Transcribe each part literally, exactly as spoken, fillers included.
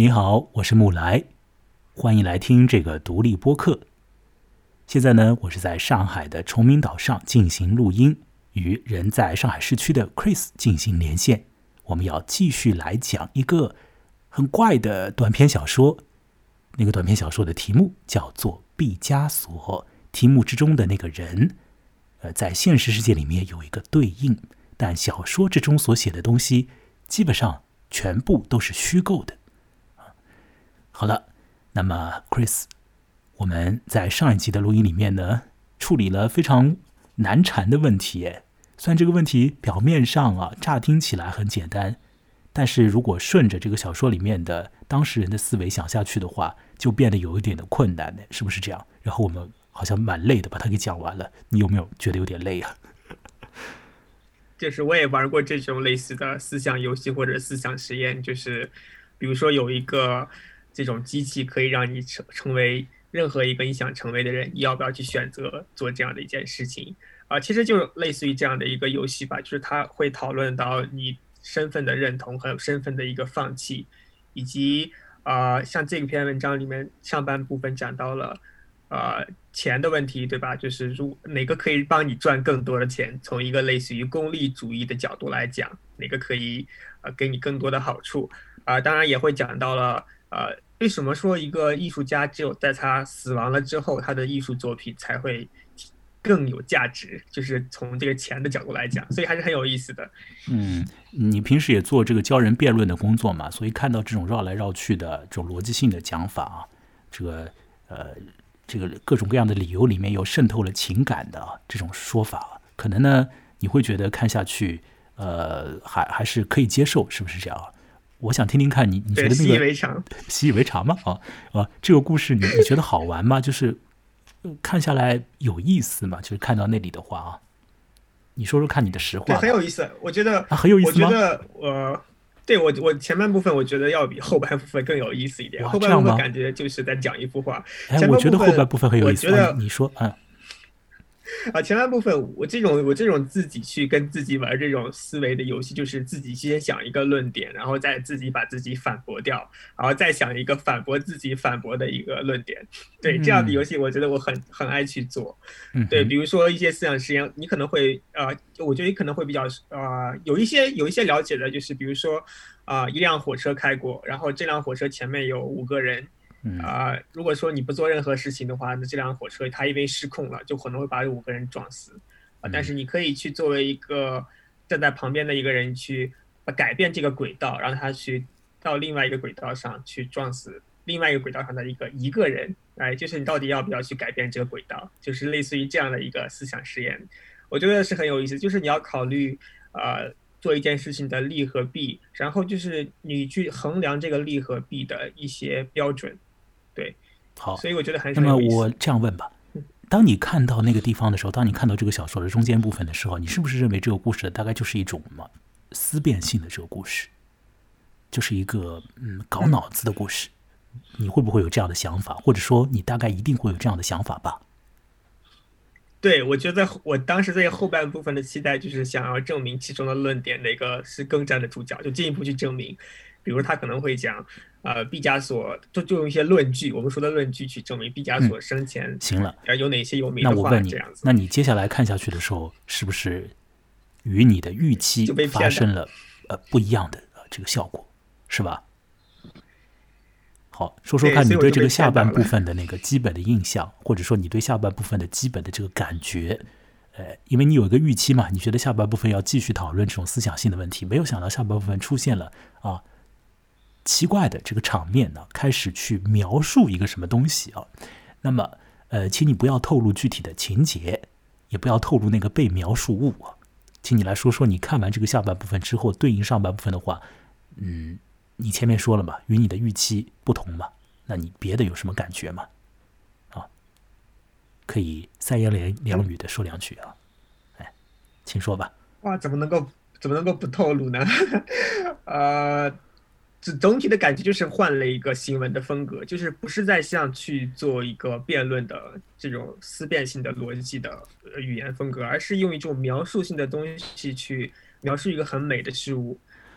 您好，我是木来，欢迎来听这个独立播客。现在呢，我是在上海的崇明岛上进行录音，与人在上海市区的 Chris 进行连线。我们要继续来讲一个很怪的短篇小说，那个短篇小说的题目叫做《毕加索》，题目之中的那个人，呃，在现实世界里面有一个对应，但小说之中所写的东西基本上全部都是虚构的。好了，那么 Chris， 我们在上一集的录音里面呢，处理了非常难缠的问题。虽然这个问题表面上啊，乍听起来很简单，但是如果顺着这个小说里面的当事人的思维想下去的话，就变得有一点的困难的，是不是这样？然后我们好像蛮累的把它给讲完了，你有没有觉得有点累啊？ 就是我也玩过这种类似的思想游戏或者思想实验，就是比如说有一个这种机器可以让你成成为任何一个你想成为的人，你要不要去选择做这样的一件事情啊？其实就类似于这样的一个游戏吧，就是它会讨论到你身份的认同和身份的一个放弃，以及啊，像这篇文章里面上半部分讲到了呃钱的问题，对吧？就是如哪个可以帮你赚更多的钱，从一个类似于功利主义的角度来讲，哪个可以呃给你更多的好处啊、当然也会讲到了呃为什么说一个艺术家只有在他死亡了之后，他的艺术作品才会更有价值，就是从这个钱的角度来讲，所以还是很有意思的。 嗯，你平时也做这个教人辩论的工作嘛，所以看到这种绕来绕去的这种逻辑性的讲法啊，这个呃，这个各种各样的理由里面有渗透了情感的、啊、这种说法，可能呢你会觉得看下去，呃，还还是可以接受，是不是这样啊？我想听听看你，你觉得那个习以为常， 习以为常吗？啊啊，这个故事你你觉得好玩吗？就是看下来有意思吗？就是看到那里的话啊，你说说看你的实对， 话吧。 很有意思。我觉得， 啊，很有意思吗？ 我觉得，呃，对我我前半部分我觉得要比后半部分更有意思一点。 哇， 后半部分这样吗？ 感觉就是在讲一幅画， 哎， 前我半部分觉得后半部分很有意思啊，你我觉得你说，嗯， 啊，前半部分我这种我这种自己去跟自己玩这种思维的游戏，就是自己先想一个论点，然后再自己把自己反驳掉，然后再想一个反驳自己反驳的一个论点。对，这样的游嗯戏，我觉得我很很爱去做。对， 嗯哼， 比如说一些思想实验，你可能会呃，我觉得你可能会比较呃，有一些有一些了解的，就是比如说啊、呃，一辆火车开过，然后这辆火车前面有五个人。 嗯啊、呃如果说你不做任何事情的话，那这辆火车它因为失控了，就可能会把五个人撞死啊、呃但嗯是你可以去作为一个站在旁边的一个人去改变这个轨道，让他去到另外一个轨道上去撞死另外一个轨道上的一个一个人。哎，就是你到底要不要去改变这个轨道，就是类似于这样的一个思想实验，我觉得是很有意思。就是你要考虑，呃，做一件事情的利和弊，然后就是你去衡量这个利和弊的一些标准。对， 好。 所以我觉得还是那么我很有意思。 这样问吧，当你看到那个地方的时候，当你看到这个小说的中间部分的时候，你是不是认为这个故事大概就是一种嘛思辨性的这个故事，就是一个嗯搞嗯， 脑子的故事？你会不会有这样的想法，或者说你大概一定会有这样的想法吧？ 对，我觉得我当时对后半部分的期待就是想要证明其中的论点哪个是更站得住脚，就进一步去证明。比如他可能会讲，呃，毕加索就就用一些论据，我们说的论据去证明毕加嗯， 索生前行了， 呃有哪些有名的画， 那我问你， 这样子那你接下来看下去的时候，是不是与你的预期就被骗的。 发生了呃不一样的、呃、这个效果，是吧？好，说说对， 看你所以我就被对这个下骗到了。 半部分的那个基本的印象，或者说你对下半部分的基本的这个感觉。呃，因为你有一个预期嘛，你觉得下半部分要继续讨论这种思想性的问题，没有想到下半部分出现了啊奇怪的这个场面呢，开始去描述一个什么东西啊。那么，呃，请你不要透露具体的情节，也不要透露那个被描述物啊。请你来说说，你看完这个下半部分之后，对应上半部分的话，嗯，你前面说了嘛，与你的预期不同嘛，那你别的有什么感觉吗？啊，可以三言两两语的说两句啊。哎，请说吧。 哇，怎么能够怎么能够不透露呢？呃，总总体的感觉就是换了一个新闻的风格，就是不是在像去做一个辩论的这种思辨性的逻辑的呃语言风格，而是用一种描述性的东西去描述一个很美的事物。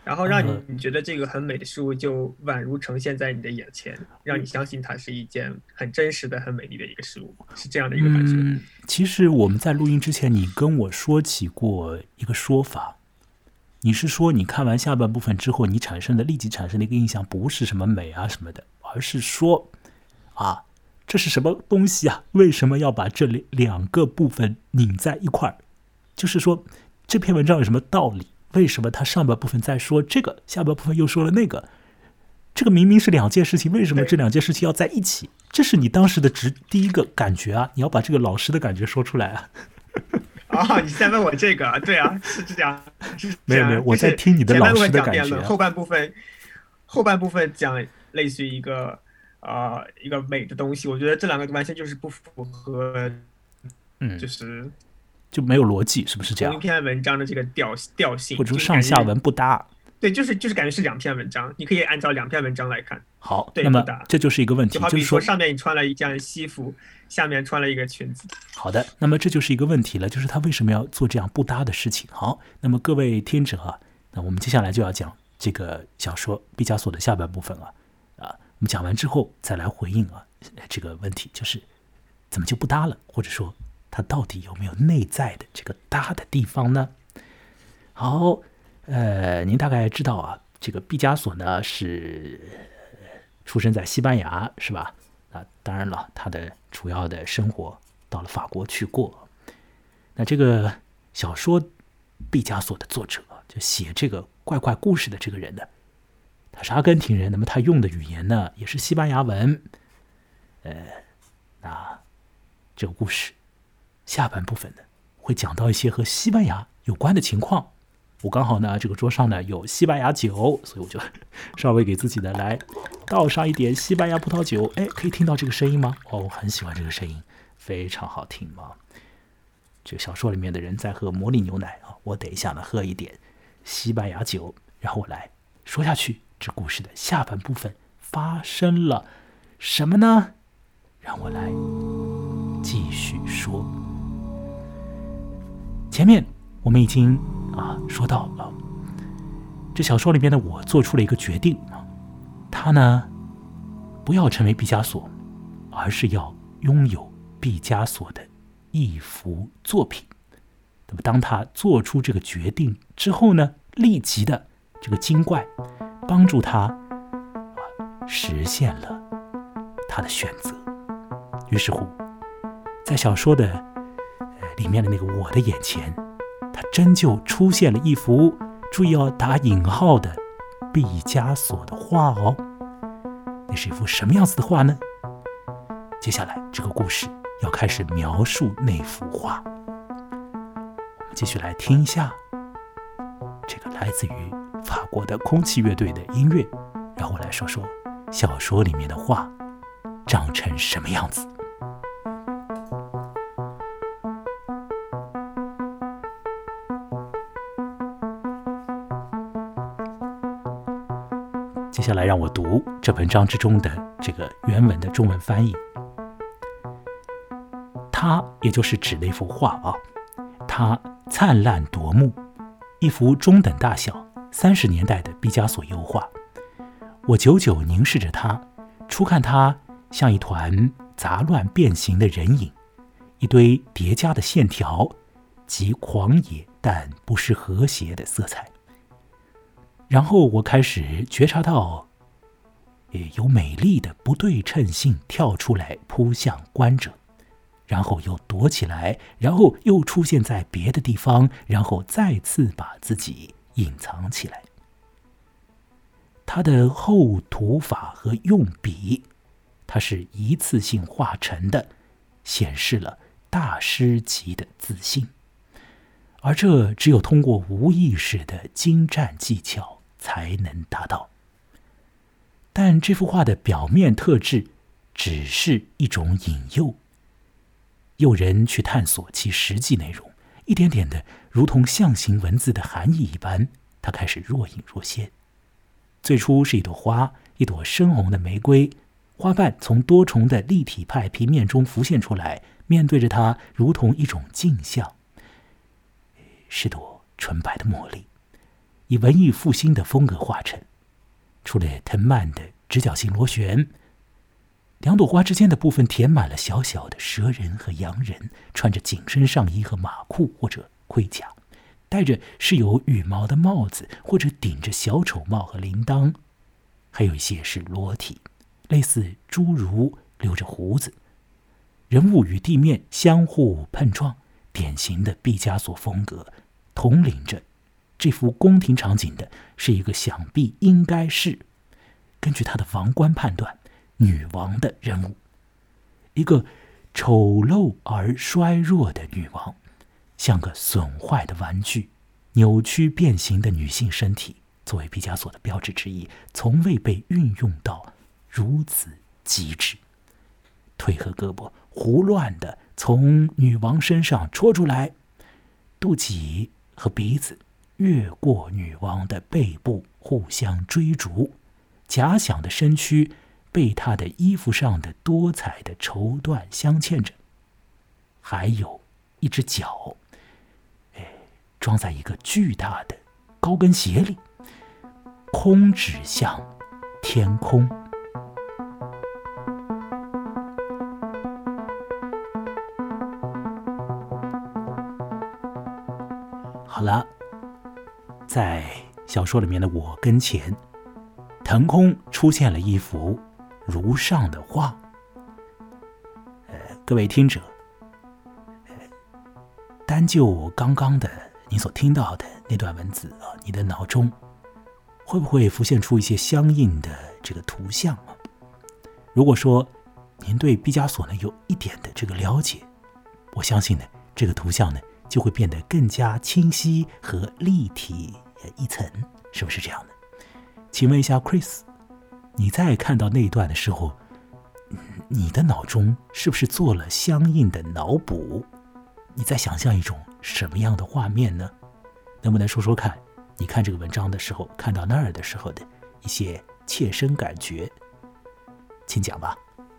然后让你觉得这个很美的事物就宛如呈现在你的眼前，让你相信它是一件很真实的、很美丽的一个事物，是这样的一个感觉。 嗯，其实我们在录音之前，你跟我说起过一个说法，你是说你看完下半部分之后，你产生的立即产生的一个印象不是什么美啊什么的，而是说啊，这是什么东西啊？为什么要把这两个部分拧在一块儿？就是说这篇文章有什么道理？为什么他上半部分在说这个，下半部分又说了那个？这个明明是两件事情，为什么这两件事情要在一起？这是你当时的直第一个感觉啊！你要把这个老师的感觉说出来啊！ 啊、哦，你在问我这个？对啊，是这样。是这样没有没有，我在听你的老师的感觉、啊。 后半部分后半部分讲类似于一个呃一个美的东西，我觉得这两个完全就是不符合， 嗯， 就是就没有逻辑，是不是这样？ 同一篇文章的这个调调性， 或者说上下文不搭。 对，就是就是感觉是两篇文章，你可以按照两篇文章来看。 好， 对， 那么这就是一个问题， 就好比说上面你穿了一件西服，下面穿了一个裙子。 好的，那么这就是一个问题了，就是他为什么要做这样不搭的事情？好，那么各位听者啊，那我们接下来就要讲这个小说毕加索的下半部分啊啊，我们讲完之后再来回应啊这个问题，就是怎么就不搭了，或者说它到底有没有内在的这个搭的地方呢？好。呃，您大概知道啊，这个毕加索呢是出生在西班牙，是吧？啊，当然了，他的主要的生活到了法国去过。那这个小说毕加索的作者，就写这个怪怪故事的这个人呢，他是阿根廷人，那么他用的语言呢也是西班牙文。呃，那这个故事下半部分呢会讲到一些和西班牙有关的情况。我刚好呢，这个桌上呢有西班牙酒，所以我就稍微给自己的来倒上一点西班牙葡萄酒。哎，可以听到这个声音吗？哦，我很喜欢这个声音，非常好听嘛。这个小说里面的人在喝魔力牛奶啊，我等一下呢喝一点西班牙酒，然后我来说下去。这故事的下半部分发生了什么呢？让我来继续说。前面我们已经啊，说到了这小说里面的我做出了一个决定啊，他呢不要成为毕加索，而是要拥有毕加索的一幅作品。那么当他做出这个决定之后呢，立即的这个精怪帮助他啊实现了他的选择。于是乎，在小说的、呃、里面的那个我的眼前，他真就出现了一幅，注意要打引号的毕加索的画哦。那是一幅什么样子的画呢？接下来这个故事要开始描述那幅画。我们继续来听一下这个来自于法国的空气乐队的音乐，然后来说说小说里面的画长成什么样子。接下来让我读这文章之中的这个原文的中文翻译。它也就是指那幅画啊，它灿烂夺目，一幅中等大小三十年代的毕加索油画。我久久凝视着它，初看它像一团杂乱变形的人影，一堆叠加的线条及狂野但不失和谐的色彩。然后我开始觉察到，也有美丽的不对称性跳出来扑向观者，然后又躲起来，然后又出现在别的地方，然后再次把自己隐藏起来。它的厚涂法和用笔，它是一次性画成的，显示了大师级的自信。而这只有通过无意识的精湛技巧才能达到。但这幅画的表面特质只是一种引诱，诱人去探索其实际内容，一点点的如同象形文字的含义一般，它开始若隐若现。最初是一朵花，一朵深红的玫瑰，花瓣从多重的立体派平面中浮现出来，面对着它如同一种镜像，是朵纯白的茉莉。 以文艺复兴的风格画成。除了藤蔓的直角形螺旋，两朵花之间的部分填满了小小的蛇人和羊人，穿着紧身上衣和马裤或者盔甲，戴着是有羽毛的帽子，或者顶着小丑帽和铃铛，还有一些是裸体，类似侏儒，留着胡子。人物与地面相互碰撞，典型的毕加索风格。统领着这幅宫廷场景的是一个想必应该是根据他的王冠判断女王的人物，一个丑陋而衰弱的女王，像个损坏的玩具，扭曲变形的女性身体作为毕加索的标志之一，从未被运用到如此极致。腿和胳膊胡乱地从女王身上戳出来，肚脐和鼻子越过女王的背部互相追逐，假想的身躯被她的衣服上的多彩的绸缎镶嵌着，还有一只脚，哎，装在一个巨大的高跟鞋里，空指向天空。好了，在小说里面的我跟前，腾空出现了一幅如上的画。呃，各位听者，呃，单就刚刚的你所听到的那段文字啊，你的脑中会不会浮现出一些相应的这个图像啊？如果说您对毕加索呢有一点的这个了解，我相信呢，这个图像呢就会变得更加清晰和立体一层，是不是这样的？请问一下 Chris， 你在看到那一段的时候，你的脑中是不是做了相应的脑补？你在想象一种什么样的画面呢？能不能说说看，你看这个文章的时候，看到那儿的时候的一些切身感觉？请讲吧。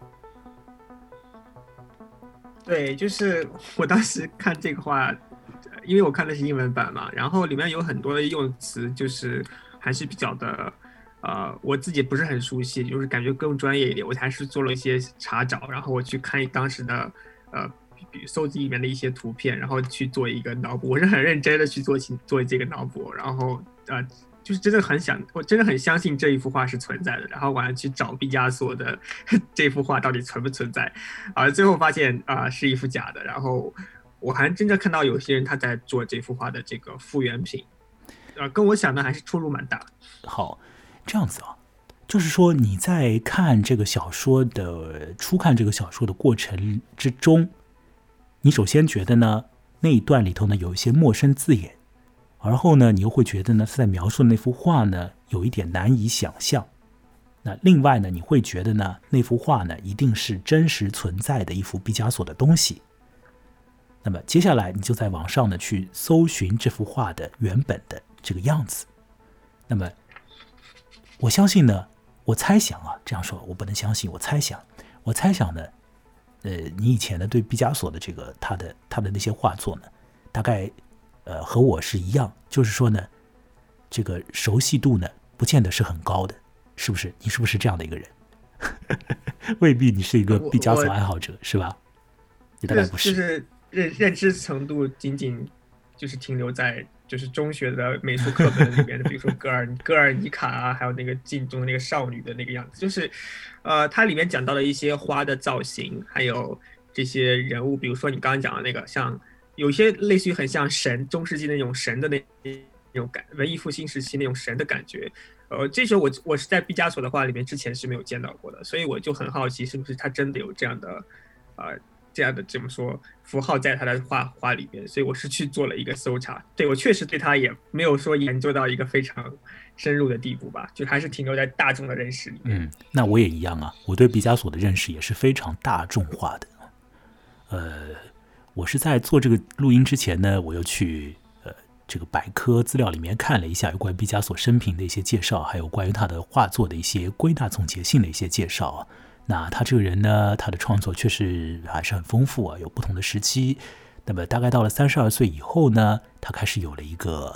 对，就是我当时看这个话，因为我看的是英文版嘛，然后里面有很多的用词，就是还是比较的，呃，我自己不是很熟悉，就是感觉更专业一点。我还是做了一些查找，然后我去看当时的，呃，搜集里面的一些图片，然后去做一个脑补。我是很认真的去做做这个脑补，然后呃。就是真的很想，我真的很相信这一幅画是存在的，然后我还去找毕加索的这幅画到底存不存在，啊，最后发现啊、呃、是一幅假的，然后我还真正看到有些人他在做这幅画的这个复原品，呃，跟我想的还是出入蛮大。 好，这样子啊，就是说你在看这个小说的初看这个小说的过程之中，你首先觉得呢那一段里头呢有一些陌生字眼。而后呢，你又会觉得呢，在描述的那幅画呢，有一点难以想象。那另外呢，你会觉得呢，那幅画呢，一定是真实存在的一幅毕加索的东西。那么接下来，你就在网上呢去搜寻这幅画的原本的这个样子。那么，我相信呢，我猜想啊，这样说我不能相信，我猜想，我猜想呢，呃，你以前呢对毕加索的这个他的他的那些画作呢，大概。呃，和我是一样，就是说呢，这个熟悉度呢，不见得是很高的，是不是？你是不是这样的一个人？未必你是一个毕加索爱好者，是吧？你大概不是。 就是认认知程度仅仅就是停留在就是中学的美术课本里面的，比如说格尔格尔尼卡啊，还有那个镜中的那个少女的那个样子，就是呃，它里面讲到了一些花的造型，还有这些人物，比如说你刚刚讲的那个像。有些类似于很像神，中世纪那种神的那种感，文艺复兴时期那种神的感觉。呃，这时候我我是在毕加索的画里面之前是没有见到过的，所以我就很好奇，是不是他真的有这样的，呃，这样的怎么说符号在他的画画里面？所以我是去做了一个搜查。对，我确实对他也没有说研究到一个非常深入的地步吧，就还是停留在大众的认识里面。 嗯，那我也一样啊，我对毕加索的认识也是非常大众化的，呃。我是在做这个录音之前呢，我又去呃这个百科资料里面看了一下有关毕加索生平的一些介绍，还有关于他的画作的一些归纳总结性的一些介绍啊。那他这个人呢，他的创作确实还是很丰富啊，有不同的时期。那么大概到了三十二岁以后呢，他开始有了一个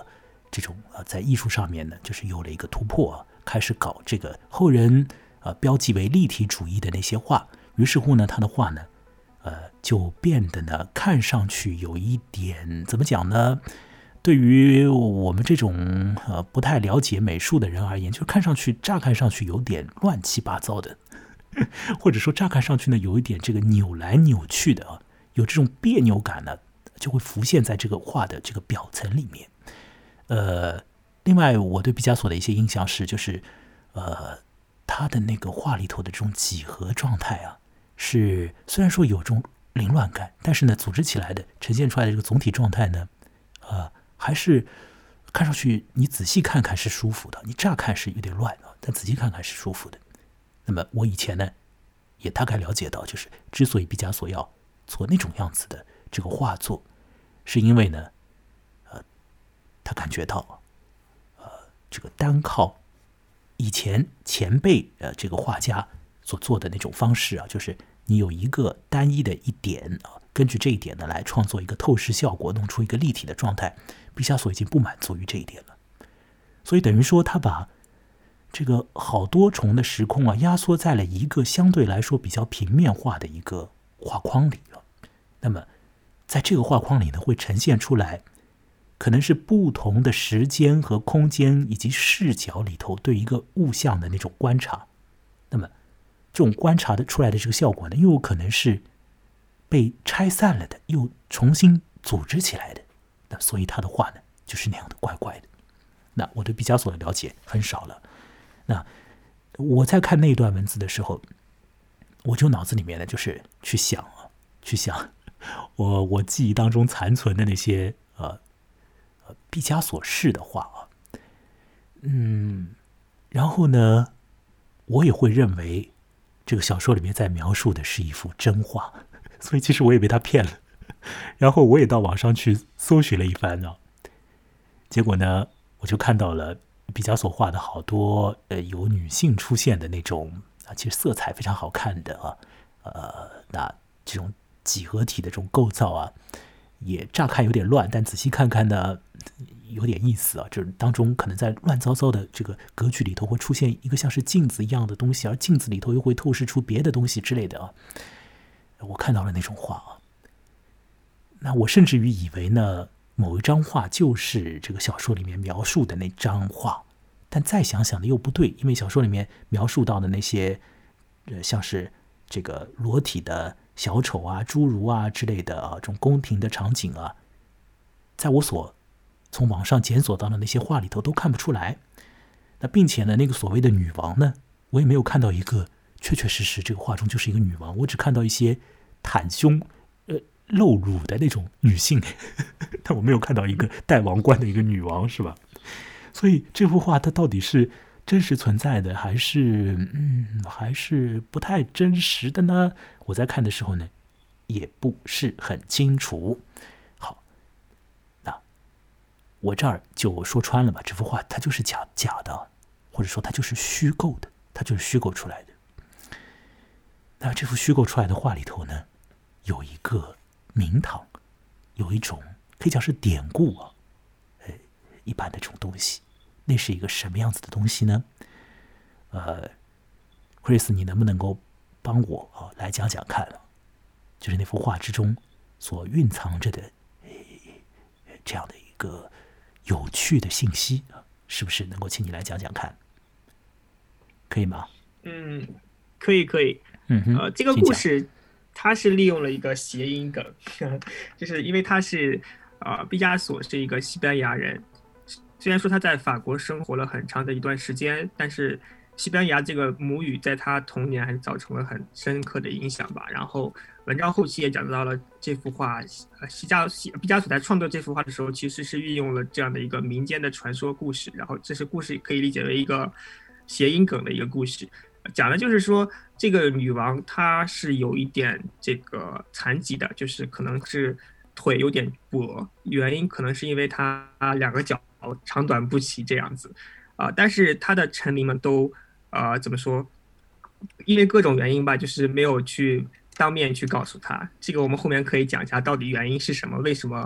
这种呃在艺术上面呢，就是有了一个突破、啊，开始搞这个后人呃标记为立体主义的那些画。于是乎呢，他的画呢，呃，就变得呢看上去有一点怎么讲呢？对于我们这种呃不太了解美术的人而言，就看上去乍看上去有点乱七八糟的，或者说乍看上去呢有一点这个扭来扭去的啊，有这种别扭感呢，就会浮现在这个画的这个表层里面。呃，另外我对毕加索的一些印象是，就是呃他的那个画里头的这种几何状态啊，是虽然说有这种凌乱感，但是呢组织起来的呈现出来的这个总体状态呢，呃。还是看上去你仔细看看是舒服的，你乍看是有点乱啊，但仔细看看是舒服的。那么我以前呢也大概了解到，就是之所以毕加索要做那种样子的这个画作，是因为呢，呃，他感觉到，呃，这个单靠以前前辈呃这个画家所做的那种方式啊，就是你有一个单一的一点啊，根据这一点呢来创作一个透视效果，弄出一个立体的状态。毕加索已经不满足于这一点了，所以等于说他把这个好多重的时空啊压缩在了一个相对来说比较平面化的一个画框里了。那么在这个画框里呢，会呈现出来可能是不同的时间和空间以及视角里头对一个物象的那种观察。那么这种观察的出来的这个效果呢，又有可能是被拆散了的，又重新组织起来的。那所以他的画呢，就是那样的怪怪的。那我对毕加索的了解很少了。那我在看那段文字的时候，我就脑子里面呢，就是去想啊，去想我我记忆当中残存的那些呃呃毕加索式的画啊，嗯，然后呢，我也会认为这个小说里面在描述的是一幅真画，所以其实我也被他骗了。然后我也到网上去搜寻了一番呢，结果呢，我就看到了毕加索画的好多呃有女性出现的那种啊，其实色彩非常好看的啊，呃，那这种几何体的这种构造啊，也乍看有点乱，但仔细看看呢，有点意思啊，就是当中可能在乱糟糟的这个格局里头会出现一个像是镜子一样的东西，而镜子里头又会透视出别的东西之类的啊，我看到了那种画啊。那我甚至于以为呢，某一张画就是这个小说里面描述的那张画，但再想想呢又不对，因为小说里面描述到的那些，呃，像是这个裸体的小丑啊、侏儒啊之类的啊，这种宫廷的场景啊，在我所从网上检索到的那些画里头都看不出来。那并且呢，那个所谓的女王呢，我也没有看到一个确确实实这个画中就是一个女王，我只看到一些袒胸呃露乳的那种女性，但我没有看到一个戴王冠的一个女王，是吧？所以这幅画它到底是真实存在的，还是嗯，还是不太真实的呢？我在看的时候呢，也不是很清楚。好，那我这儿就说穿了吧，这幅画它就是假假的，或者说它就是虚构的，它就是虚构出来的。那这幅虚构出来的画里头呢，有一个名堂，有一种可以讲是典故啊，呃，一般的这种东西，那是一个什么样子的东西呢？呃 ，Chris， 你能不能够帮我啊来讲讲看啊？就是那幅画之中所蕴藏着的，呃，这样的一个有趣的信息啊，是不是能够请你来讲讲看？可以吗？ 嗯，可以，可以。 嗯哼， 呃，这个故事它是利用了一个谐音梗，就是因为他是呃，毕加索是一个西班牙人，虽然说他在法国生活了很长的一段时间，但是西班牙这个母语在他童年还是造成了很深刻的影响吧。然后文章后期也讲到了这幅画，呃，西加西毕加索在创作这幅画的时候，其实是运用了这样的一个民间的传说故事，然后这是故事可以理解为一个谐音梗的一个故事。讲的就是说，这个女王她是有一点这个残疾的，就是可能是腿有点跛，原因可能是因为她两个脚长短不齐这样子，啊、呃，但是她的臣民们都呃怎么说？因为各种原因吧，就是没有去当面去告诉她。这个我们后面可以讲一下到底原因是什么，为什么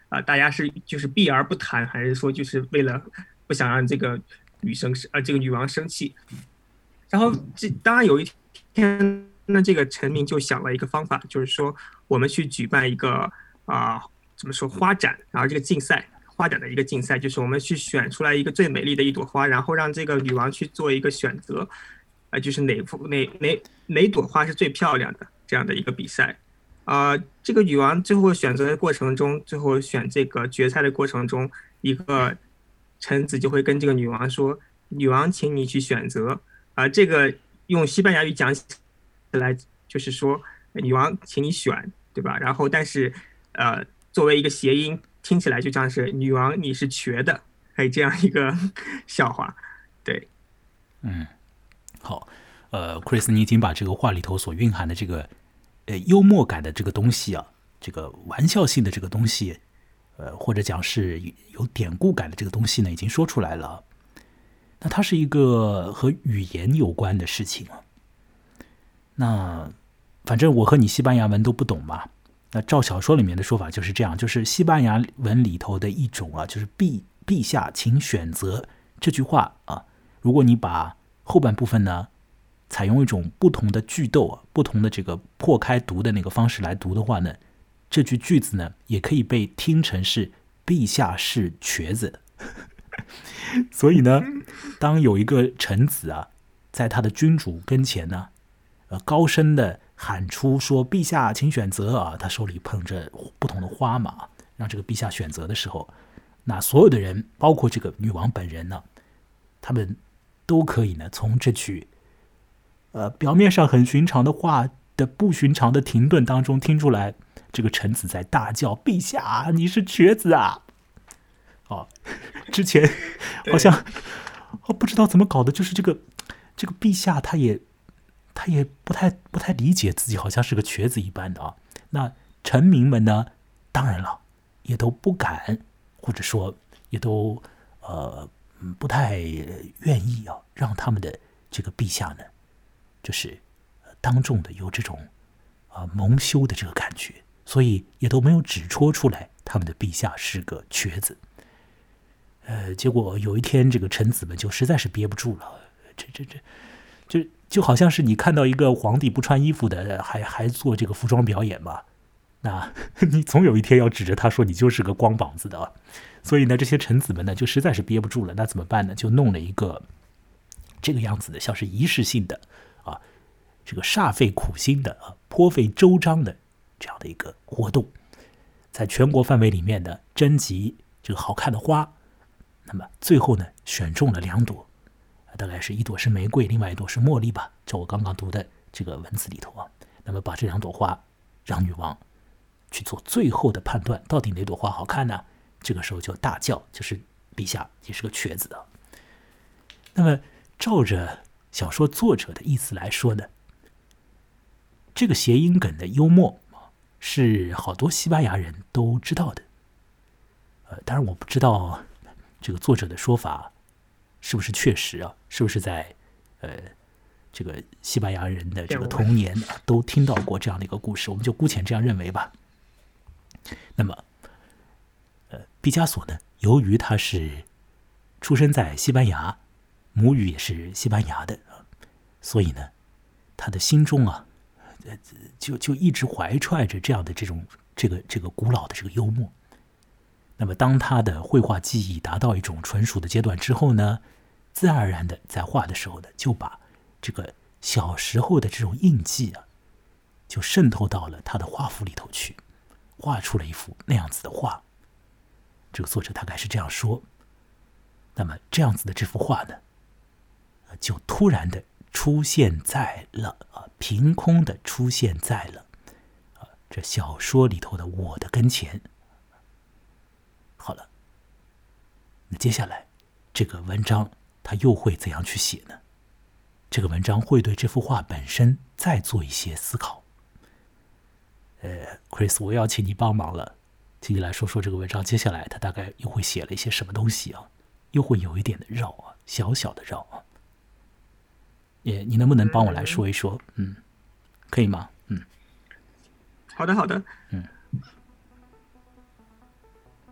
啊、呃，大家是就是避而不谈，还是说就是为了不想让这个女生呃这个女王生气？然后这当然有一天，那这个臣民就想了一个方法，就是说我们去举办一个啊、呃、怎么说花展，然后这个竞赛。花展的一个竞赛，就是我们去选出来一个最美丽的一朵花，然后让这个女王去做一个选择，啊、呃，就是哪幅哪哪哪朵花是最漂亮的这样的一个比赛，啊、呃，这个女王最后选择的过程中，最后选这个决赛的过程中，一个臣子就会跟这个女王说：“女王，请你去选择。”啊、呃，这个用西班牙语讲起来就是说：“女王，请你选，对吧？”然后，但是呃，作为一个谐音。听起来就像是女王你是瘸的，还有这样一个笑话，对， 嗯，好，呃 ，Chris， 你已经把这个话里头所蕴含的这个呃幽默感的这个东西啊，这个玩笑性的这个东西，呃，或者讲是有典故感的这个东西呢，已经说出来了。那它是一个和语言有关的事情啊。那反正我和你西班牙文都不懂嘛。那照小说里面的说法就是这样，就是西班牙文里头的一种啊，就是陛陛下请选择这句话啊。如果你把后半部分呢，采用一种不同的句逗啊，不同的这个破开读的那个方式来读的话呢，这句句子呢也可以被听成是陛下是瘸子。所以呢，当有一个臣子啊，在他的君主跟前呢，呃，高声的喊出说陛下请选择啊，他手里捧着不同的花嘛，让这个陛下选择的时候，那所有的人包括这个女王本人呢，他们都可以呢从这句呃表面上很寻常的话的不寻常的停顿当中听出来，这个臣子在大叫陛下你是瘸子啊。哦，之前好像哦不知道怎么搞的，就是这个这个陛下他也他也不太不太理解自己好像是个瘸子一般的啊。那臣民们呢，当然了，也都不敢，或者说也都呃不太愿意啊，让他们的这个陛下呢，就是当众的有这种啊、呃、蒙羞的这个感觉，所以也都没有指戳出来他们的陛下是个瘸子。呃，结果有一天，这个臣子们就实在是憋不住了，这这这，就就好像是你看到一个皇帝不穿衣服的，还还做这个服装表演嘛，那你总有一天要指着他说你就是个光膀子的啊。所以呢，这些臣子们呢就实在是憋不住了，那怎么办呢？就弄了一个这个样子的，像是仪式性的啊，这个煞费苦心的啊，颇费周章的这样的一个活动，在全国范围里面呢征集这个好看的花。那么最后呢，选中了两朵，大概是一朵是玫瑰，另外一朵是茉莉吧，照我刚刚读的这个文字里头啊。那么把这两朵花让女王去做最后的判断，到底哪朵花好看呢？这个时候就大叫，就是陛下也是个瘸子的。那么照着小说作者的意思来说呢，这个谐音梗的幽默是好多西班牙人都知道的。呃，当然我不知道这个作者的说法是不是确实啊？是不是在呃这个西班牙人的这个童年、啊、都听到过这样的一个故事？我们就姑且这样认为吧。那么，呃，毕加索呢，由于他是出生在西班牙，母语也是西班牙的，所以呢，他的心中啊，就就一直怀揣着这样的这种这个这个古老的这个幽默。那么当他的绘画技艺达到一种纯熟的阶段之后呢，自然而然的在画的时候呢，就把这个小时候的这种印记啊，就渗透到了他的画幅里头去，画出了一幅那样子的画。这个作者大概是这样说。那么这样子的这幅画呢，就突然的出现在了啊，凭空的出现在了啊这小说里头的我的跟前。好了，那接下来这个文章它又会怎样去写呢？这个文章会对这幅画本身再做一些思考。呃 ，Chris， 我要请你帮忙了，请你来说说这个文章接下来它大概又会写了一些什么东西啊？又会有一点的绕啊，小小的绕啊。也，你能不能帮我来说一说？嗯，可以吗？嗯， 好的，好的。 嗯。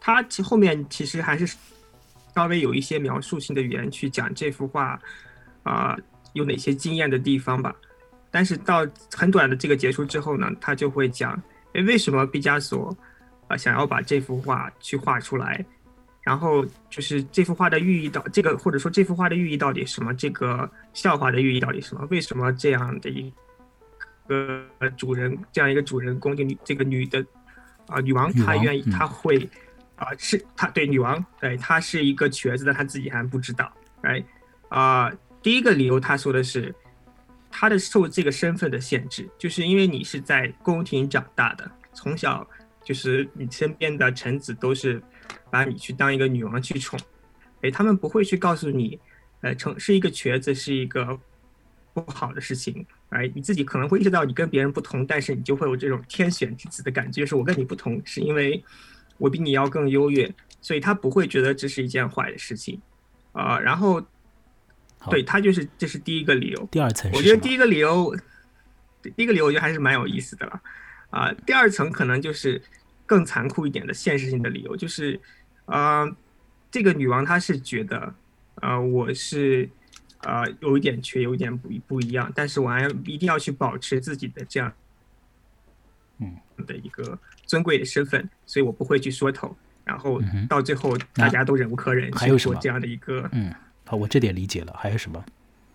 他其后面其实还是稍微有一些描述性的语言去讲这幅画啊、呃、有哪些惊艳的地方吧。但是到很短的这个结束之后呢，他就会讲，诶，为什么毕加索啊、呃、想要把这幅画去画出来？然后就是这幅画的寓意到这个，或者说这幅画的寓意到底是什么？这个笑话的寓意到底是什么？为什么这样的一个主人，这样一个主人公，这个女这个女的啊、呃、女王， 女王她愿意， 嗯她会啊、呃、是她对女王，对她是一个瘸子，但她自己还不知道。哎啊、呃，第一个理由她说的是，她的受这个身份的限制，就是因为你是在宫廷长大的，从小就是你身边的臣子都是把你去当一个女王去宠，哎，他们不会去告诉你，呃，成是一个瘸子是一个不好的事情，哎，你自己可能会意识到你跟别人不同，但是你就会有这种天选之子的感觉，就是我跟你不同，是因为我比你要更优越，所以他不会觉得这是一件坏的事情，啊、呃，然后，对他就是这是第一个理由。 第二层是我觉得第一个理由，第一个理由我觉得还是蛮有意思的了，啊、呃，第二层可能就是更残酷一点的现实性的理由，就是，啊、呃，这个女王她是觉得，呃，我是。呃，有一点缺，有一点不不一样，但是我还一定要去保持自己的这样， 嗯的一个尊贵的身份，所以我不会去说透，然后嗯到最后大家都忍无可忍， 还有什么这样的一个， 嗯，好，我这点理解了。还有什么？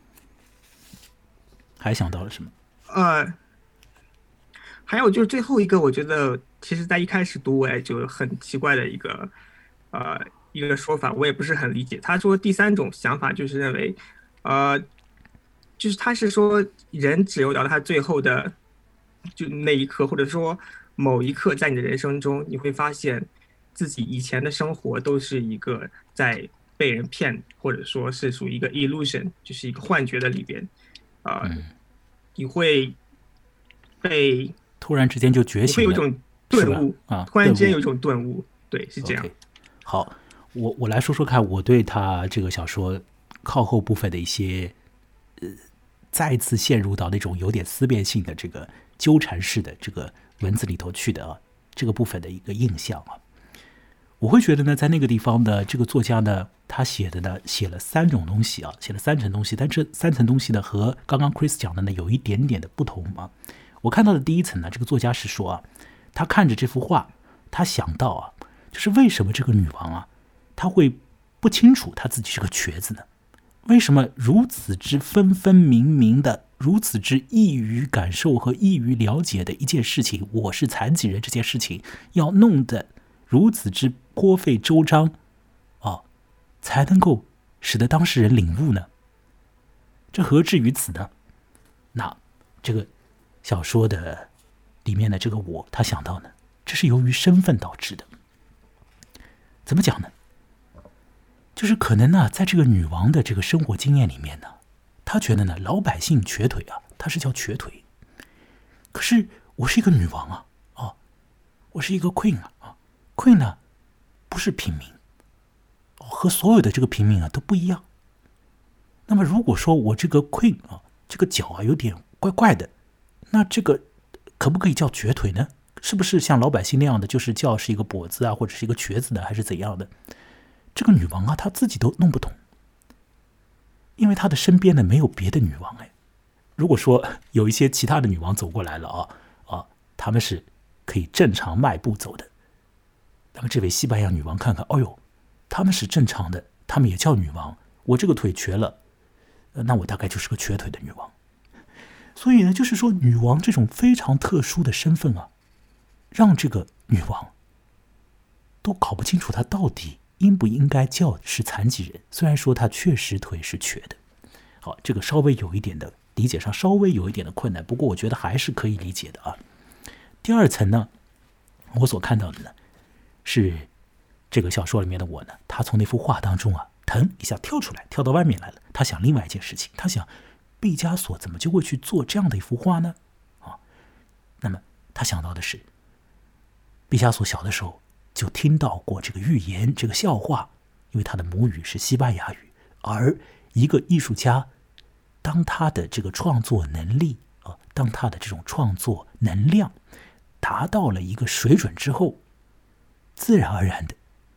还想到了什么？ 呃，还有就是最后一个，我觉得其实在一开始读我也就很奇怪的一个，呃，一个说法，我也不是很理解。他说第三种想法就是认为。呃，就是他是说，人只有到他最后的就那一刻，或者说某一刻，在你的人生中，你会发现自己以前的生活都是一个在被人骗，或者说是属于一个 illusion， 就是一个幻觉的里边，啊、呃嗯， 你会被突然之间就觉你醒了， 会有一种顿悟啊， 突然间有一种顿悟，对，是这样。 Okay. 好，我我来说说看，我对他这个小说靠后部分的一些，呃，再次陷入到那种有点思辨性的这个纠缠式的这个文字里头去的啊，这个部分的一个印象啊，我会觉得呢，在那个地方呢，这个作家呢，他写的呢，写了三种东西啊，写了三层东西，但这三层东西呢，和刚刚 Chris 讲的呢，有一点点的不同啊。我看到的第一层呢，这个作家是说啊，他看着这幅画，他想到啊，就是为什么这个女王啊，她会不清楚她自己是个瘸子呢？为什么如此之分分明明的，如此之易于感受和易于了解的一件事情，我是残疾人这件事情，要弄得如此之颇费周章，哦，才能够使得当事人领悟呢？这何至于此呢？那这个小说的里面的这个我，他想到呢，这是由于身份导致的。怎么讲呢？就是可能呢，在这个女王的这个生活经验里面呢，她觉得呢，老百姓瘸腿啊，她是叫瘸腿。可是我是一个女王啊，哦，我是一个 queen 啊，啊 ，queen 呢不是平民，和所有的这个平民啊都不一样。那么如果说我这个 queen 啊，这个脚啊有点怪怪的，那这个可不可以叫瘸腿呢？是不是像老百姓那样的，就是叫是一个跛子啊，或者是一个瘸子的，还是怎样的？这个女王啊，她自己都弄不懂，因为她的身边呢没有别的女王哎。如果说有一些其他的女王走过来了啊啊，她们是可以正常迈步走的。那么这位西班牙女王看看，哦呦，她们是正常的，她们也叫女王。我这个腿瘸了，呃，那我大概就是个瘸腿的女王。所以呢，就是说女王这种非常特殊的身份啊，让这个女王都搞不清楚她到底应不应该叫是残疾人，虽然说她确实腿是瘸的。好，这个稍微有一点的理解上稍微有一点的困难，不过我觉得还是可以理解的啊。第二层呢，我所看到的呢，是这个小说里面的我呢，他从那幅画当中啊，腾一下跳出来，跳到外面来了。他想另外一件事情，他想毕加索怎么就会去做这样的一幅画呢？啊，那么他想到的是，毕加索小的时候就听到过这个寓言，这个笑话，因为他的母语是西班牙语。而一个艺术家，当他的这个创作能力啊，当他的这种创作能量达到了一个水准之后，自然而然的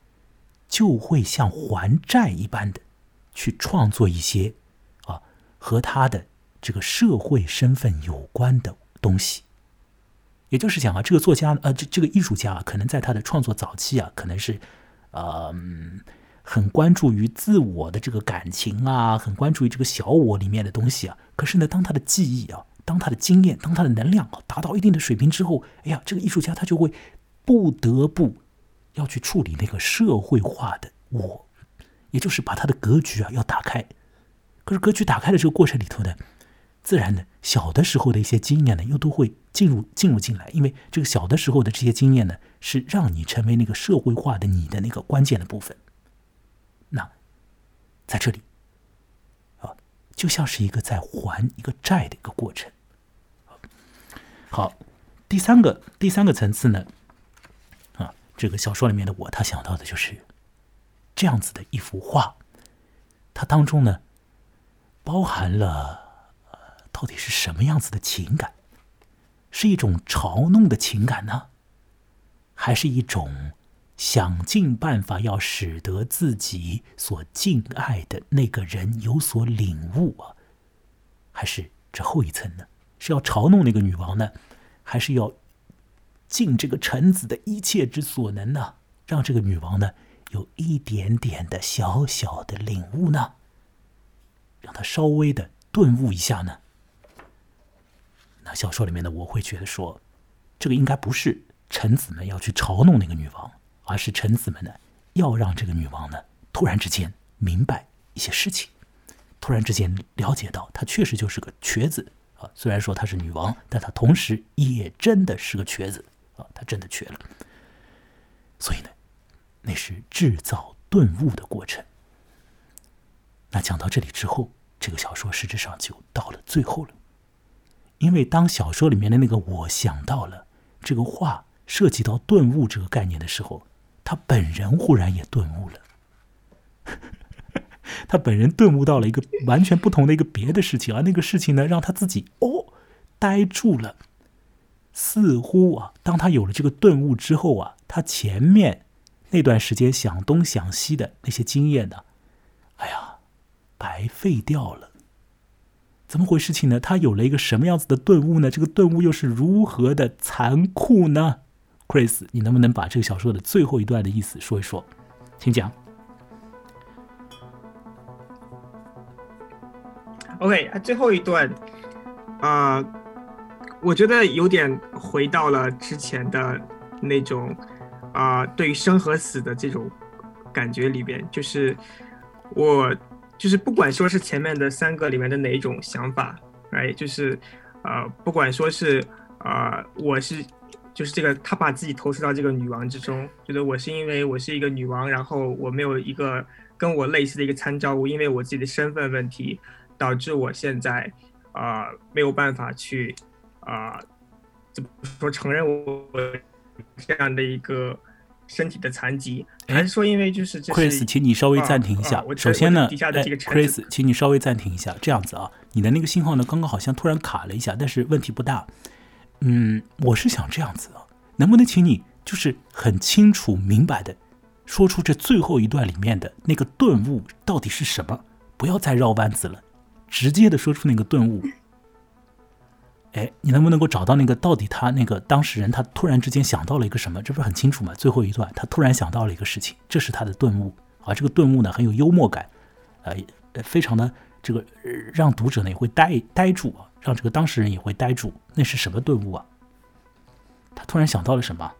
就会像还债一般的去创作一些啊和他的这个社会身份有关的东西。也就是讲啊，这个作家呃，这这个艺术家啊，可能在他的创作早期啊，可能是呃、嗯、很关注于自我的这个感情啊，很关注于这个小我里面的东西啊。可是呢，当他的记忆啊，当他的经验，当他的能量啊达到一定的水平之后，哎呀，这个艺术家他就会不得不要去处理那个社会化的我，也就是把他的格局啊要打开。可是格局打开的这个过程里头呢，自然的小的时候的一些经验呢，又都会进入进入进来，因为这个小的时候的这些经验呢，是让你成为那个社会化的你的那个关键的部分。那在这里啊，就像是一个在还一个债的一个过程。好，第三个第三个层次呢，啊，这个小说里面的我，他想到的就是这样子的一幅画，它当中呢，包含了。到底是什么样子的情感？是一种嘲弄的情感呢，还是一种想尽办法要使得自己所敬爱的那个人有所领悟啊？还是这后一层呢？是要嘲弄那个女王呢，还是要尽这个臣子的一切之所能呢，让这个女王呢有一点点的小小的领悟呢，让她稍微的顿悟一下呢？那小说里面呢，我会觉得说，这个应该不是臣子们要去嘲弄那个女王，而是臣子们呢要让这个女王呢突然之间明白一些事情，突然之间了解到她确实就是个瘸子啊。虽然说她是女王，但她同时也真的是个瘸子啊，她真的瘸了。所以呢，那是制造顿悟的过程。那讲到这里之后，这个小说实质上就到了最后了。因为当小说里面的那个我想到了这个话涉及到顿悟这个概念的时候，他本人忽然也顿悟了。他本人顿悟到了一个完全不同的一个别的事情，而那个事情呢，让他自己哦呆住了。似乎啊，当他有了这个顿悟之后啊，他前面那段时间想东想西的那些经验呢，哎呀，白费掉了。怎么回事情呢？他有了一个什么样子的顿悟呢？这个顿悟又是如何的残酷呢？ Chris， 你能不能把这个小说的最后一段的意思说一说？请讲。 OK， 最后一段啊、呃，我觉得有点回到了之前的那种啊、呃，对于生和死的这种感觉里边，就是我就是不管说是前面的三个里面的哪一种想法，哎，就是呃，不管说是啊、呃，我是就是这个他把自己投射到这个女王之中，觉得我是因为我是一个女王，然后我没有一个跟我类似的一个参照物，因为我自己的身份问题，导致我现在啊、呃、没有办法去啊、呃、怎么说承认我这样的一个身体的残疾，还是说因为就是这是 Chris， 请你稍微暂停一下。 啊啊、 首先呢， 底下的这个 Chris， 请你稍微暂停一下。这样子啊，你的那个信号呢，刚刚好像突然卡了一下，但是问题不大。嗯，我是想这样子啊，能不能请你就是很清楚明白的说出这最后一段里面的那个顿悟到底是什么？不要再绕弯子了，直接的说出那个顿悟。哎，你能不能够找到那个到底他那个当事人他突然之间想到了一个什么？这不是很清楚吗？最后一段他突然想到了一个事情，这是他的顿悟啊。这个顿悟呢很有幽默感，呃，非常的这个让读者呢也会呆呆住啊，让这个当事人也会呆住。那是什么顿悟啊？他突然想到了什么？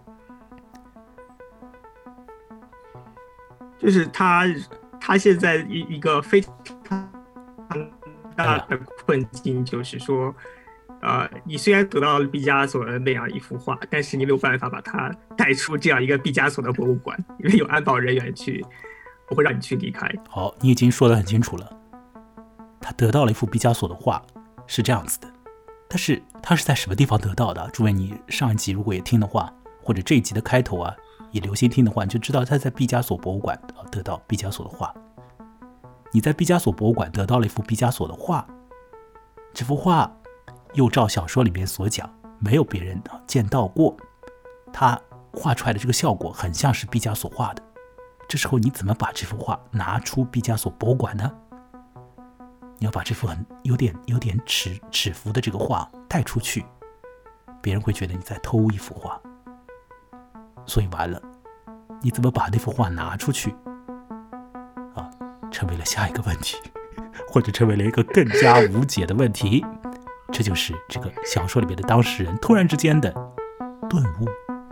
就是他他现在一一个非常大的困境，就是说。呃，你虽然得到了毕加索的那样一幅画，但是你没有办法把它带出这样一个毕加索的博物馆，因为有安保人员去，不会让你去离开。 好，你已经说得很清楚了。他得到了一幅毕加索的画，是这样子的。但是他是在什么地方得到的？诸位，你上一集如果也听的话，或者这一集的开头啊，也留心听的话，你就知道他在毕加索博物馆得到毕加索的画。你在毕加索博物馆得到了一幅毕加索的画，这幅画。又照小说里面所讲，没有别人见到过，他画出来的这个效果很像是毕加索画的。 这时候你怎么把这幅画拿出毕加索博物馆呢？你要把这幅很有点有点尺尺幅的这个画带出去，别人会觉得你在偷一幅画。所以完了，你怎么把那幅画拿出去啊，成为了下一个问题，或者成为了一个更加无解的问题。这就是这个小说里面的当事人突然之间的顿悟。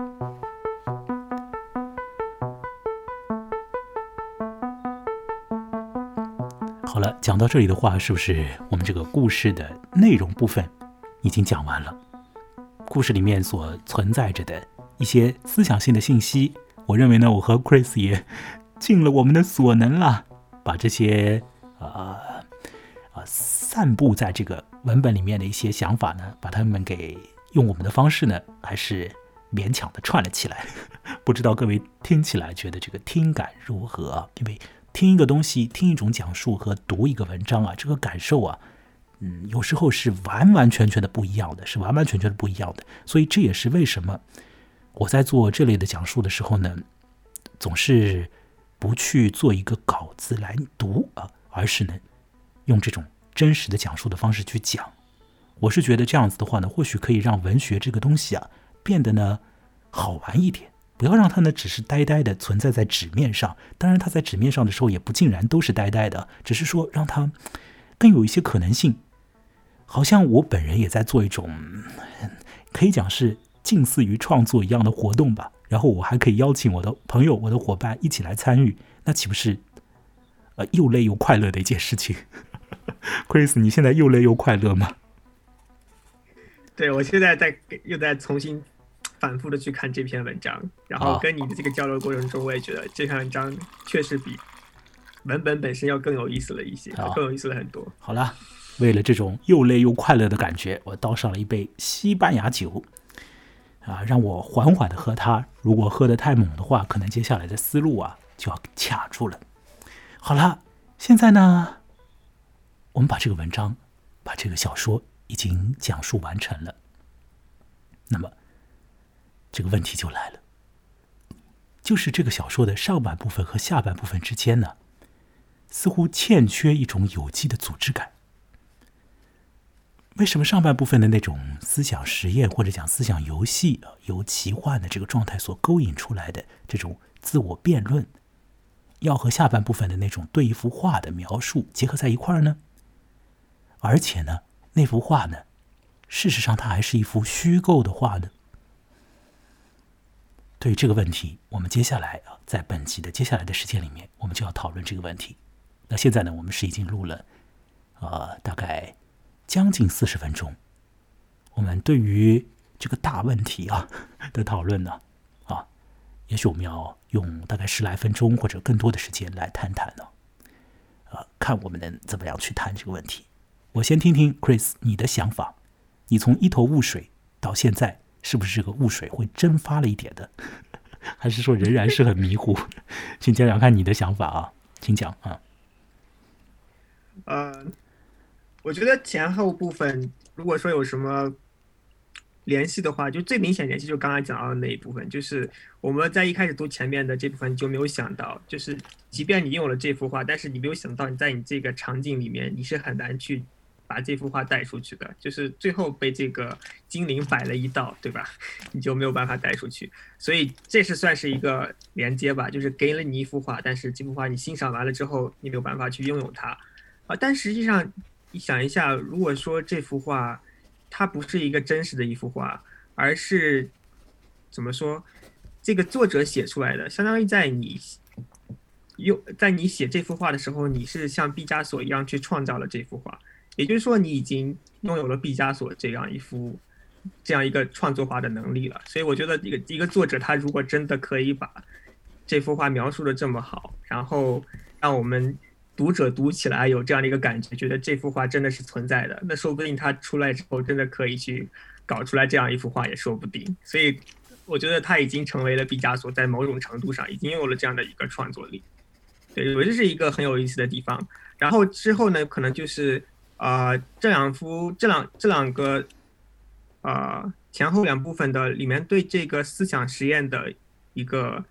好了，讲到这里的话，是不是我们这个故事的内容部分已经讲完了？故事里面所存在着的一些思想性的信息，我认为呢，我和 Chris 也尽了我们的所能了，把这些呃呃散布在这个文本里面的一些想法呢，把它们给用我们的方式呢，还是勉强的串了起来。不知道各位听起来觉得这个听感如何？因为听一个东西，听一种讲述和读一个文章啊，这个感受啊，嗯，有时候是完完全全的不一样的，是完完全全的不一样的。所以这也是为什么我在做这类的讲述的时候呢，总是不去做一个稿子来读啊，而是呢，用这种真实的讲述的方式去讲。我是觉得这样子的话呢，或许可以让文学这个东西啊，变得呢好玩一点。不要让它呢只是呆呆的存在在纸面上，当然它在纸面上的时候也不尽然都是呆呆的，只是说让它更有一些可能性。好像我本人也在做一种可以讲是近似于创作一样的活动吧，然后我还可以邀请我的朋友我的伙伴一起来参与，那岂不是呃又累又快乐的一件事情。Chris 你现在又累又快乐吗？ 对，我现在在又在重新反复的去看这篇文章，然后跟你的这个交流过程中，我也觉得这篇文章确实比文本本身要更有意思了一些，更有意思了很多。 好了，为了这种又累又快乐的感觉，我倒上了一杯西班牙酒啊，让我缓缓的喝它。如果喝得太猛的话，可能接下来的思路啊就要卡住了。好了，现在呢，我们把这个文章，把这个小说已经讲述完成了。那么这个问题就来了，就是这个小说的上半部分和下半部分之间呢，似乎欠缺一种有机的组织感。为什么上半部分的那种思想实验或者讲思想游戏，由奇幻的这个状态所勾引出来的这种自我辩论，要和下半部分的那种对一幅画的描述结合在一块儿呢？而且呢，那幅画呢，事实上它还是一幅虚构的画呢？对于这个问题，我们接下来啊，在本集的接下来的时间里面，我们就要讨论这个问题。那现在呢，我们是已经录了，呃，大概将近四十分钟。我们对于这个大问题啊的讨论呢，啊，也许我们要用大概十来分钟或者更多的时间来谈谈呢，呃，看我们能怎么样去谈这个问题。我先听听 Chris 你的想法，你从一头雾水到现在，是不是这个雾水会蒸发了一点的，还是说仍然是很迷糊？请讲讲看你的想法啊，请讲啊。 呃，我觉得前后部分，如果说有什么联系的话，就最明显联系就刚才讲到的那一部分，就是我们在一开始读前面的这部分就没有想到，就是即便你拥有了这幅画，但是你没有想到你在你这个场景里面，你是很难去把这幅画带出去的，就是最后被这个精灵摆了一道，对吧？你就没有办法带出去，所以这是算是一个连接吧，就是给了你一幅画，但是这幅画你欣赏完了之后，你没有办法去拥有它啊。但实际上，你想一下，如果说这幅画它不是一个真实的一幅画，而是怎么说，这个作者写出来的，相当于在你用在你写这幅画的时候，你是像毕加索一样去创造了这幅画。也就是说，你已经拥有了毕加索这样一幅、这样一个创作画的能力了。所以，我觉得一个一个作者，他如果真的可以把这幅画描述的这么好，然后让我们读者读起来有这样的一个感觉，觉得这幅画真的是存在的，那说不定他出来之后真的可以去搞出来这样一幅画，也说不定。所以，我觉得他已经成为了毕加索，在某种程度上已经拥有了这样的一个创作力。对，我觉得这是一个很有意思的地方。然后之后呢，可能就是。呃，这两幅这两这两个呃前后两部分的里面对这个思想实验的一个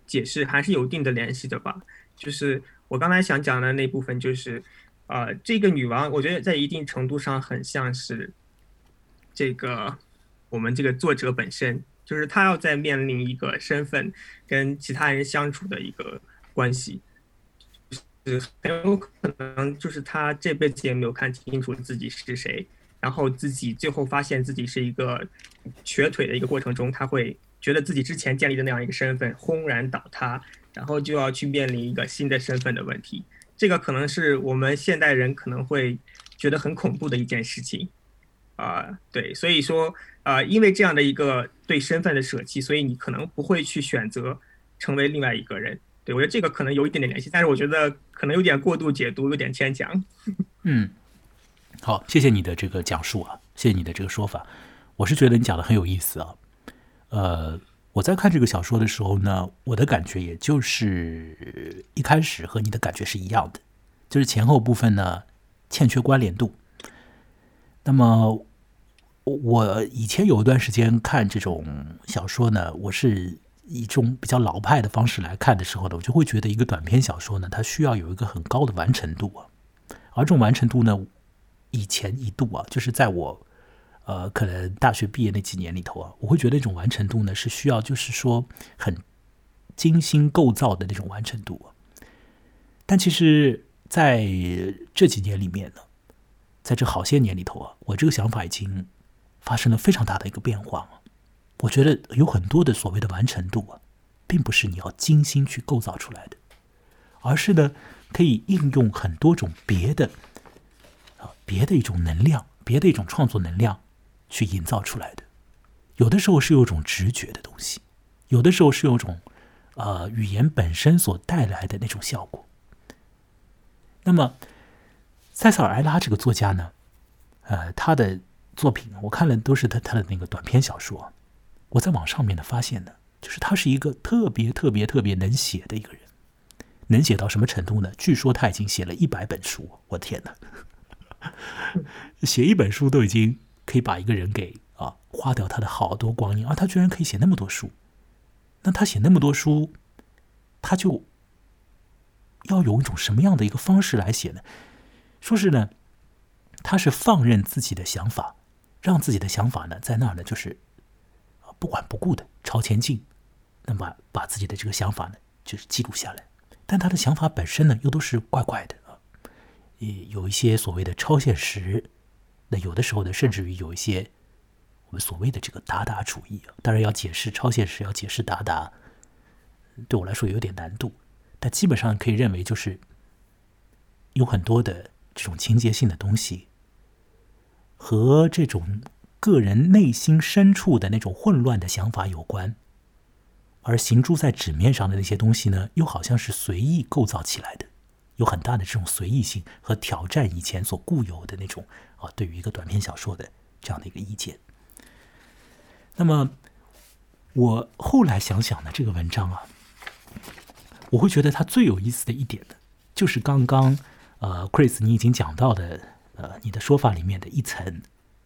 解释还是有一定的联系的吧。就是我刚才想讲的那部分，就是呃，这个女王，我觉得在一定程度上很像是这个我们这个作者本身，就是他要在面临一个身份跟其他人相处的一个关系。很有可能就是他这辈子也没有看清楚自己是谁，然后自己最后发现自己是一个瘸腿的一个过程中，他会觉得自己之前建立的那样一个身份轰然倒塌，然后就要去面临一个新的身份的问题。这个可能是我们现代人可能会觉得很恐怖的一件事情啊、呃，对，所以说啊、呃，因为这样的一个对身份的舍弃，所以你可能不会去选择成为另外一个人。对，我觉得这个可能有一点点联系，但是我觉得可能有点过度解读，有点牵强。 嗯，好，谢谢你的这个讲述啊，谢谢你的这个说法，我是觉得你讲的很有意思啊。呃，我在看这个小说的时候呢，我的感觉也就是一开始和你的感觉是一样的，就是前后部分呢欠缺关联度。那么我以前有一段时间看这种小说呢，我是以一种比较老派的方式来看的时候呢，我就会觉得一个短篇小说呢，它需要有一个很高的完成度啊。而这种完成度呢，以前一度啊，就是在我呃可能大学毕业那几年里头啊，我会觉得那种完成度呢是需要就是说很精心构造的那种完成度啊。但其实在这几年里面呢，在这好些年里头啊，我这个想法已经发生了非常大的一个变化啊。我觉得有很多的所谓的完成度啊，并不是你要精心去构造出来的，而是呢，可以应用很多种别的啊，别的一种能量，别的一种创作能量去营造出来的。有的时候是有一种直觉的东西，有的时候是有一种呃语言本身所带来的那种效果。那么塞萨尔埃拉这个作家呢，呃，他的作品我看了都是他他的那个短篇小说。我在网上面呢发现呢，就是他是一个特别特别特别能写的一个人，能写到什么程度呢？据说他已经写了一百本书，我天哪！写一本书都已经可以把一个人给啊花掉他的好多光阴，而他居然可以写那么多书。那他写那么多书，他就要有一种什么样的一个方式来写呢？说是呢，他是放任自己的想法，让自己的想法呢在那儿呢就是不管不顾的朝前进，那么把自己的这个想法呢就是记录下来。但他的想法本身呢又都是怪怪的啊，有一些所谓的超现实，那有的时候呢甚至于有一些我们所谓的这个达达主义啊。当然要解释超现实，要解释达达，对我来说有点难度，但基本上可以认为就是有很多的这种情节性的东西和这种个人内心深处的那种混乱的想法有关，而行诸在纸面上的那些东西呢，又好像是随意构造起来的，有很大的这种随意性和挑战以前所固有的那种啊，对于一个短篇小说的这样的一个意见。那么我后来想想呢，这个文章啊，我会觉得它最有意思的一点呢，就是刚刚呃 Chris 你已经讲到的呃你的说法里面的一层。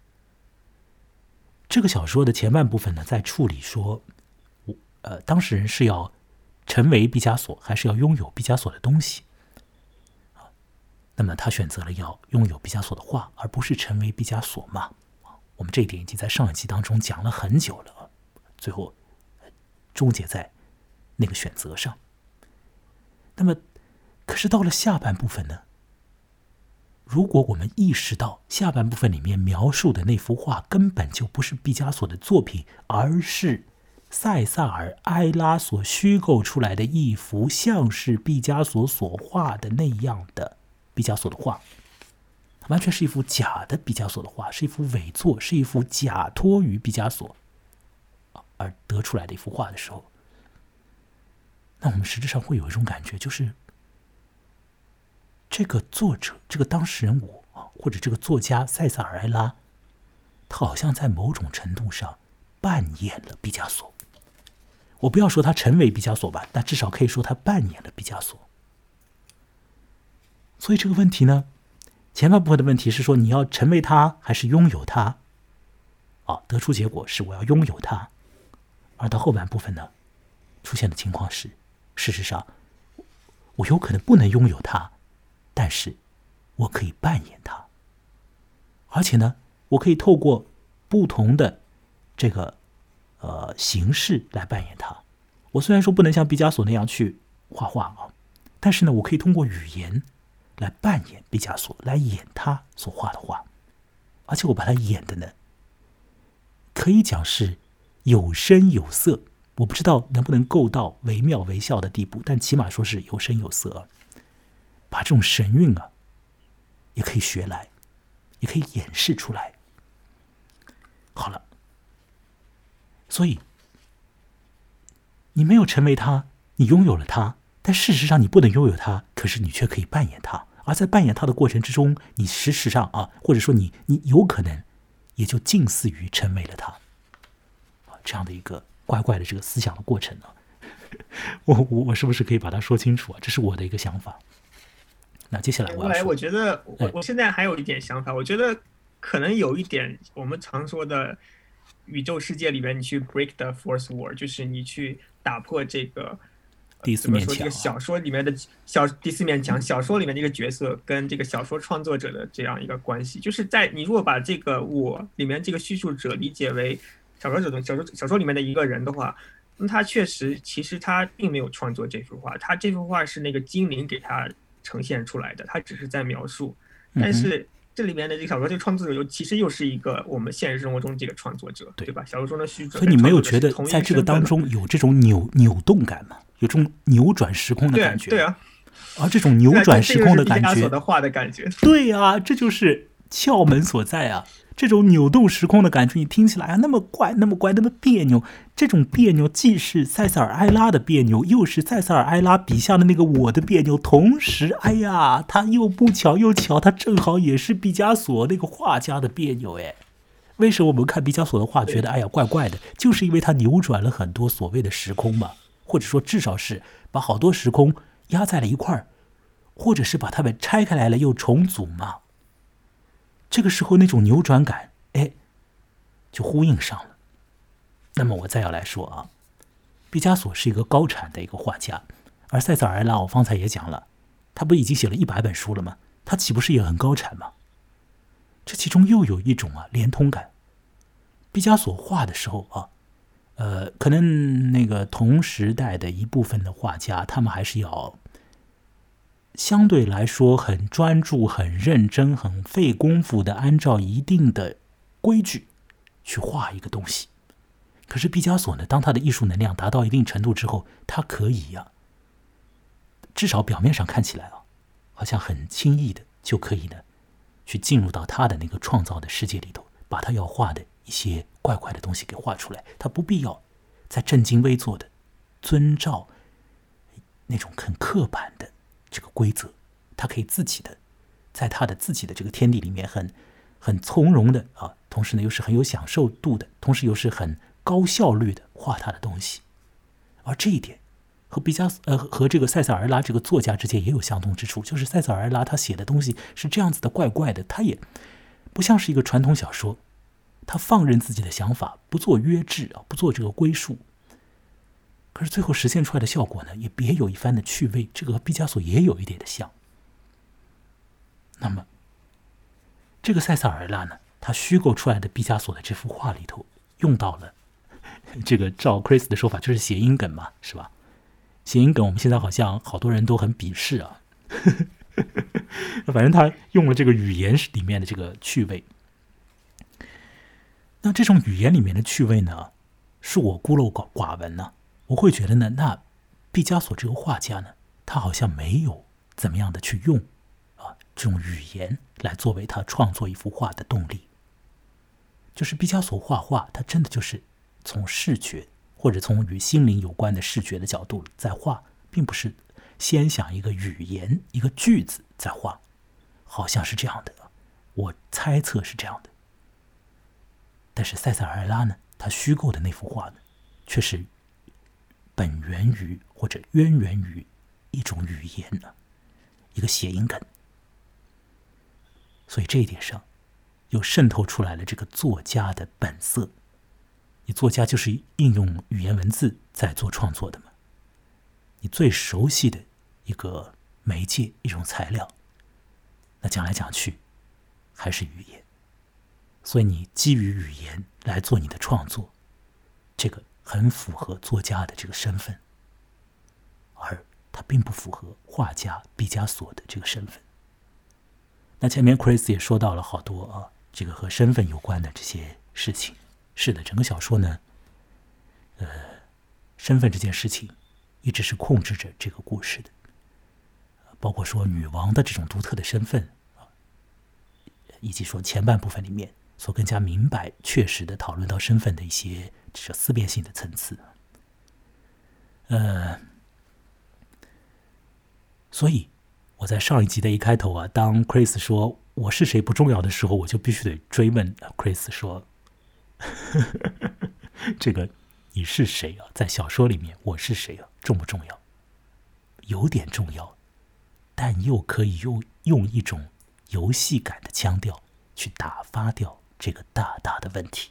这个小说的前半部分呢，在处理说，呃，当事人是要成为毕加索，还是要拥有毕加索的东西啊？那么他选择了要拥有毕加索的画，而不是成为毕加索嘛。我们这一点已经在上一期当中讲了很久了，最后终结在那个选择上。那么，可是到了下半部分呢？如果我们意识到下半部分里面描述的那幅画根本就不是毕加索的作品，而是塞萨尔埃拉所虚构出来的一幅像是毕加索所画的那样的毕加索的画，完全是一幅假的毕加索的画，是一幅伪作，是一幅假托于毕加索而得出来的一幅画的时候，那我们实质上会有一种感觉，就是这个作者，这个当事人我啊，或者这个作家塞萨尔埃拉，他好像在某种程度上扮演了毕加索。我不要说他成为毕加索吧，但至少可以说他扮演了毕加索。所以这个问题呢，前半部分的问题是说你要成为他还是拥有他啊？得出结果是我要拥有他。而到后半部分呢，出现的情况是事实上，我有可能不能拥有它，但是我可以扮演它。而且呢，我可以透过不同的这个呃形式来扮演它。我虽然说不能像毕加索那样去画画啊，但是呢，我可以通过语言来扮演毕加索，来演他所画的画。而且我把它演的呢，可以讲是有声有色。我不知道能不能够到惟妙惟肖的地步，但起码说是有声有色啊。把这种神韵啊，也可以学来，也可以演示出来。好了，所以你没有成为他，你拥有了他，但事实上你不能拥有他，可是你却可以扮演他。而在扮演他的过程之中，你事实上啊，或者说你你有可能也就近似于成为了他。这样的一个怪怪的这个思想的过程呢、啊，我我我是不是可以把它说清楚啊？这是我的一个想法。那接下来我要说， 我觉得我我现在还有一点想法，我觉得可能有一点我们常说的宇宙世界里面，你去 break the fourth wall， 就是你去打破这个第四面墙、啊。 这个小说里面的小第四面墙，小说里面这个角色跟这个小说创作者的这样一个关系，就是在你如果把这个我里面这个叙述者理解为小说者的小说小说里面的一个人的话，那他确实其实他并没有创作这幅画，他这幅画是那个精灵给他呈现出来的，他只是在描述。但是这里面的这个小说这个创作者又其实又是一个我们现实生活中这个创作者， 对, 对吧？小说中的叙述者， 所以你没有觉得在这个当中有这种扭扭动感吗？有这种扭转时空的感觉？ 对, 对啊， 而这种扭转时空的感觉， 毕加索的画的感觉， 对啊，这就是窍门所在啊！这种扭动时空的感觉，你听起来啊那么怪，那么怪，那么别扭。这种别扭既是塞萨尔埃拉的别扭，又是塞萨尔埃拉笔下的那个我的别扭。同时，哎呀，他又不巧又巧，他正好也是毕加索那个画家的别扭。哎，为什么我们看毕加索的画觉得哎呀怪怪的？就是因为他扭转了很多所谓的时空嘛，或者说至少是把好多时空压在了一块儿，或者是把它们拆开来了又重组嘛。这个时候那种扭转感，哎，就呼应上了。那么我再要来说啊，毕加索是一个高产的一个画家，而塞萨尔埃拉我方才也讲了，他不已经写了一百本书了吗？他岂不是也很高产吗？这其中又有一种啊连通感。毕加索画的时候啊，呃，可能那个同时代的一部分的画家，他们还是要相对来说很专注、很认真、很费功夫的按照一定的规矩去画一个东西。可是毕加索呢，当他的艺术能量达到一定程度之后，他可以呀、啊，至少表面上看起来啊，好像很轻易的就可以呢，去进入到他的那个创造的世界里头，把他要画的一些怪怪的东西给画出来。他不必要再正襟危坐的遵照那种很刻板的这个规则，他可以自己的在他的自己的这个天地里面很很从容的啊，同时呢又是很有享受度的，同时又是很高效率的画他的东西。而这一点和毕加索呃和这个塞萨尔拉这个作家之间也有相同之处，就是塞萨尔拉他写的东西是这样子的怪怪的，他也不像是一个传统小说，他放任自己的想法，不做约制啊，不做这个归属。可是最后实现出来的效果呢，也别有一番的趣味，这个和毕加索也有一点的像。那么这个塞萨尔拉呢，他虚构出来的毕加索的这幅画里头用到了这个照 Chris 的说法就是谐音梗嘛，是吧？谐音梗我们现在好像好多人都很鄙视啊反正他用了这个语言里面的这个趣味。那这种语言里面的趣味呢，是我孤陋寡闻呢、啊，我会觉得呢，那毕加索这个画家呢，他好像没有怎么样的去用啊这种语言来作为他创作一幅画的动力。就是毕加索画画，他真的就是从视觉或者从与心灵有关的视觉的角度在画，并不是先想一个语言一个句子在画，好像是这样的，我猜测是这样的。但是塞萨尔拉呢，他虚构的那幅画呢，却是本源于或者渊源于一种语言呢，一个谐音梗。所以这一点上又渗透出来了这个作家的本色。你作家就是应用语言文字在做创作的嘛。 你最熟悉的一个媒介，一种材料，那讲来讲去还是语言。所以你基于语言来做你的创作，这个很符合作家的这个身份，而它并不符合画家毕加索的这个身份。那前面 Chris 也说到了好多啊，这个和身份有关的这些事情。是的，整个小说呢，呃，身份这件事情一直是控制着这个故事的，包括说女王的这种独特的身份啊，以及说前半部分里面所更加明白、确实的讨论到身份的一些这思辨性的层次。呃，所以我在上一集的一开头啊，当 Chris 说我是谁不重要的时候，我就必须得追问 Chris 说这个你是谁啊？在小说里面我是谁啊？重不重要？有点重要，但又可以用用一种游戏感的腔调去打发掉这个大大的问题。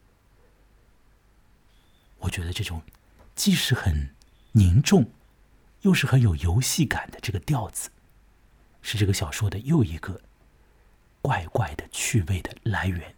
我觉得这种既是很凝重又是很有游戏感的这个调子，是这个小说的又一个怪怪的趣味的来源。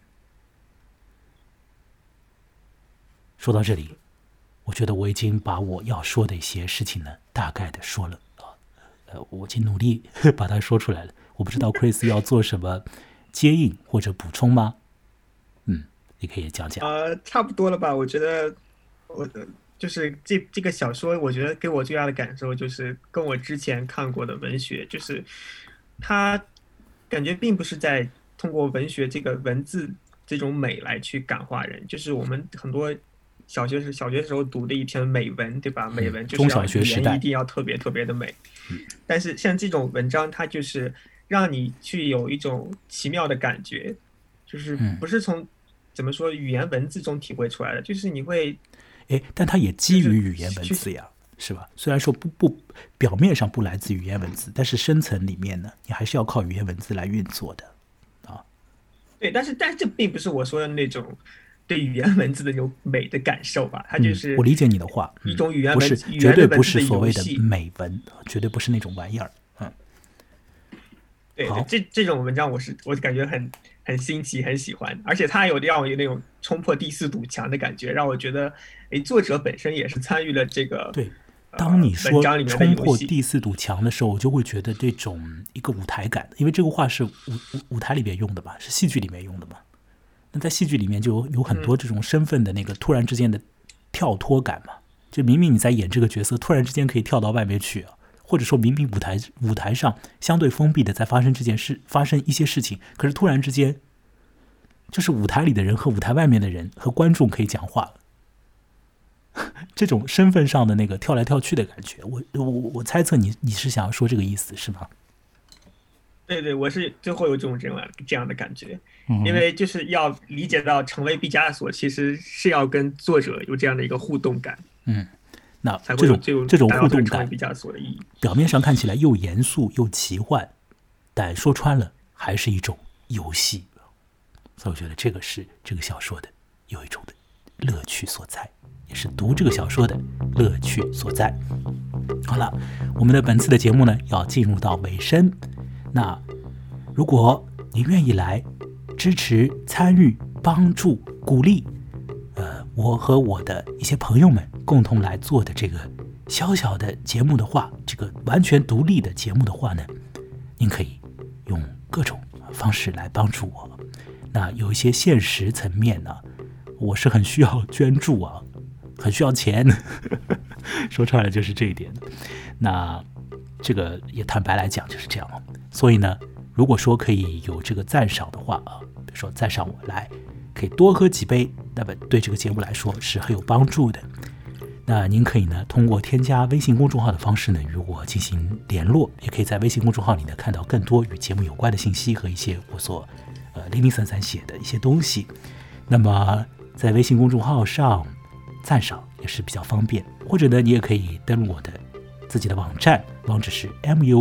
说到这里，我觉得我已经把我要说的一些事情呢，大概的说了啊，呃，我已经努力把它说出来了。我不知道 Chris 要做什么接应或者补充吗？嗯，你可以讲讲。 呃，差不多了吧？我觉得我就是这这个小说，我觉得给我最大的感受就是跟我之前看过的文学，就是它感觉并不是在通过文学这个文字这种美来去感化人，就是我们很多小学时小学时候读的一篇美文，对吧？美文就是要语言一定要特别特别的美，但是像这种文章，它就是让你去有一种奇妙的感觉，就是不是从怎么说语言文字中体会出来的，就是你会， 哎，但它也基于语言文字呀，是吧？虽然说不不表面上不来自语言文字，但是深层里面呢，你还是要靠语言文字来运作的啊。 对，但是但是这并不是我说的那种对语言文字的那种美的感受吧？它就是、 嗯、我理解你的话， 一种语言文字、 不是绝对不是所谓的美文，绝对不是那种玩意儿。嗯， 对对，这这种文章我是我感觉很很新奇，很喜欢，而且它有让我有那种冲破第四堵墙的感觉，让我觉得，哎，作者本身也是参与了这个。 对，当你说冲破第四堵墙的时候，我就会觉得这种一个舞台感，因为这个话是舞舞台里面用的嘛，是戏剧里面用的嘛。那在戏剧里面就有很多这种身份的那个突然之间的跳脱感嘛，就明明你在演这个角色，突然之间可以跳到外面去啊，或者说明明舞台舞台上相对封闭的在发生这件事，发生一些事情，可是突然之间，就是舞台里的人和舞台外面的人和观众可以讲话了，这种身份上的那个跳来跳去的感觉，我我我猜测你你是想要说这个意思是吗？ 对对，我是最后有这种这样这样的感觉，因为就是要理解到成为毕加索，其实是要跟作者有这样的一个互动感。 嗯，那这种这种互动感， 毕加索的意义， 表面上看起来又严肃又奇幻，但说穿了还是一种游戏。所以我觉得这个是这个小说的有一种的乐趣所在，也是读这个小说的乐趣所在。好了，我们的本次的节目呢要进入到尾声。那如果你愿意来支持、参与、帮助、鼓励，呃，我和我的一些朋友们共同来做的这个小小的节目的话，这个完全独立的节目的话呢，您可以用各种方式来帮助我。那有一些现实层面呢，我是很需要捐助啊，很需要钱，说出来就是这一点。那这个也坦白来讲就是这样了。所以呢，如果说可以有这个赞赏的话啊，比如说赞赏我来，可以多喝几杯，那么对这个节目来说是很有帮助的。那您可以呢通过添加微信公众号的方式呢与我进行联络，也可以在微信公众号里呢看到更多与节目有关的信息和一些我所呃零零散散写的一些东西。那么在微信公众号上赞赏也是比较方便，或者呢你也可以登录我的自己的网站，网址是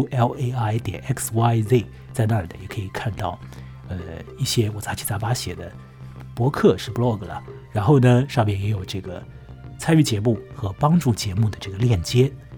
mulai 点 xyz， 在那儿的也可以看到呃一些我杂七杂八写的博客，是 blog 了，然后呢上面也有这个参与节目和帮助节目的这个链接，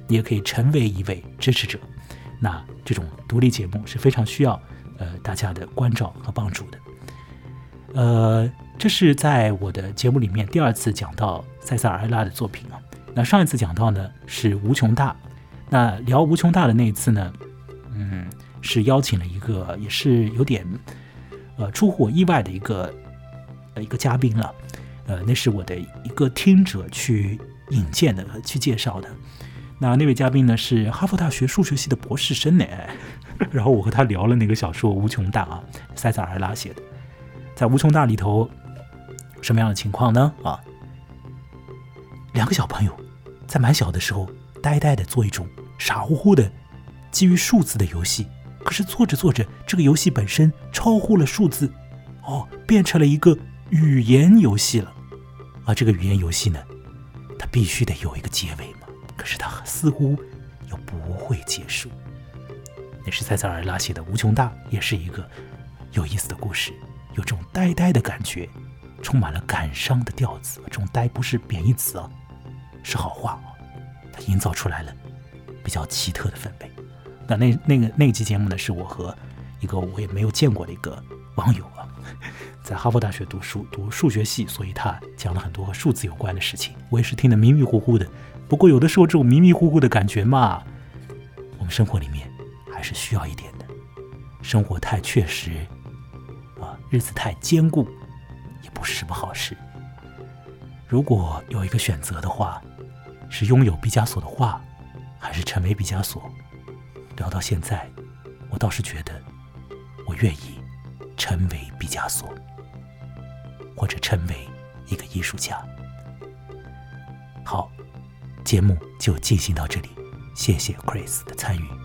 你也可以成为一位支持者。那这种独立节目是非常需要呃大家的关照和帮助的。呃，这是在我的节目里面第二次讲到塞萨尔埃拉的作品啊。那上一次讲到呢是无穷大，那聊无穷大的那一次呢，嗯，是邀请了一个也是有点呃出乎我意外的一个呃一个嘉宾了，呃，那是我的一个听者去引荐的去介绍的。那那位嘉宾呢是哈佛大学数学系的博士生呢，然后我和他聊了那个小说《无穷大》啊，塞萨尔埃拉写的。在《无穷大》里头，什么样的情况呢？啊，两个小朋友在蛮小的时候，呆呆的做一种傻乎乎的基于数字的游戏，可是做着做着，这个游戏本身超乎了数字，哦，变成了一个语言游戏了。而这个语言游戏呢，它必须得有一个结尾嘛，可是它似乎又不会结束。那是塞萨尔拉写的《无穷大》，也是一个有意思的故事，有这种呆呆的感觉，充满了感伤的调子。这种呆不是贬义词啊，是好话啊，它营造出来了比较奇特的氛围。那那那个那期节目呢，是我和一个我也没有见过的一个网友啊，在哈佛大学读书，读数学系，所以他讲了很多和数字有关的事情，我也是听得迷迷糊糊的。不过有的时候这种迷迷糊糊的感觉嘛，我们生活里面还是需要一点的。生活太确实啊，日子太坚固，也不是什么好事。如果有一个选择的话，是拥有毕加索的画，还是成为毕加索？聊到现在，我倒是觉得我愿意成为毕加索，或者成为一个艺术家。好，节目就进行到这里，谢谢 Chris 的参与。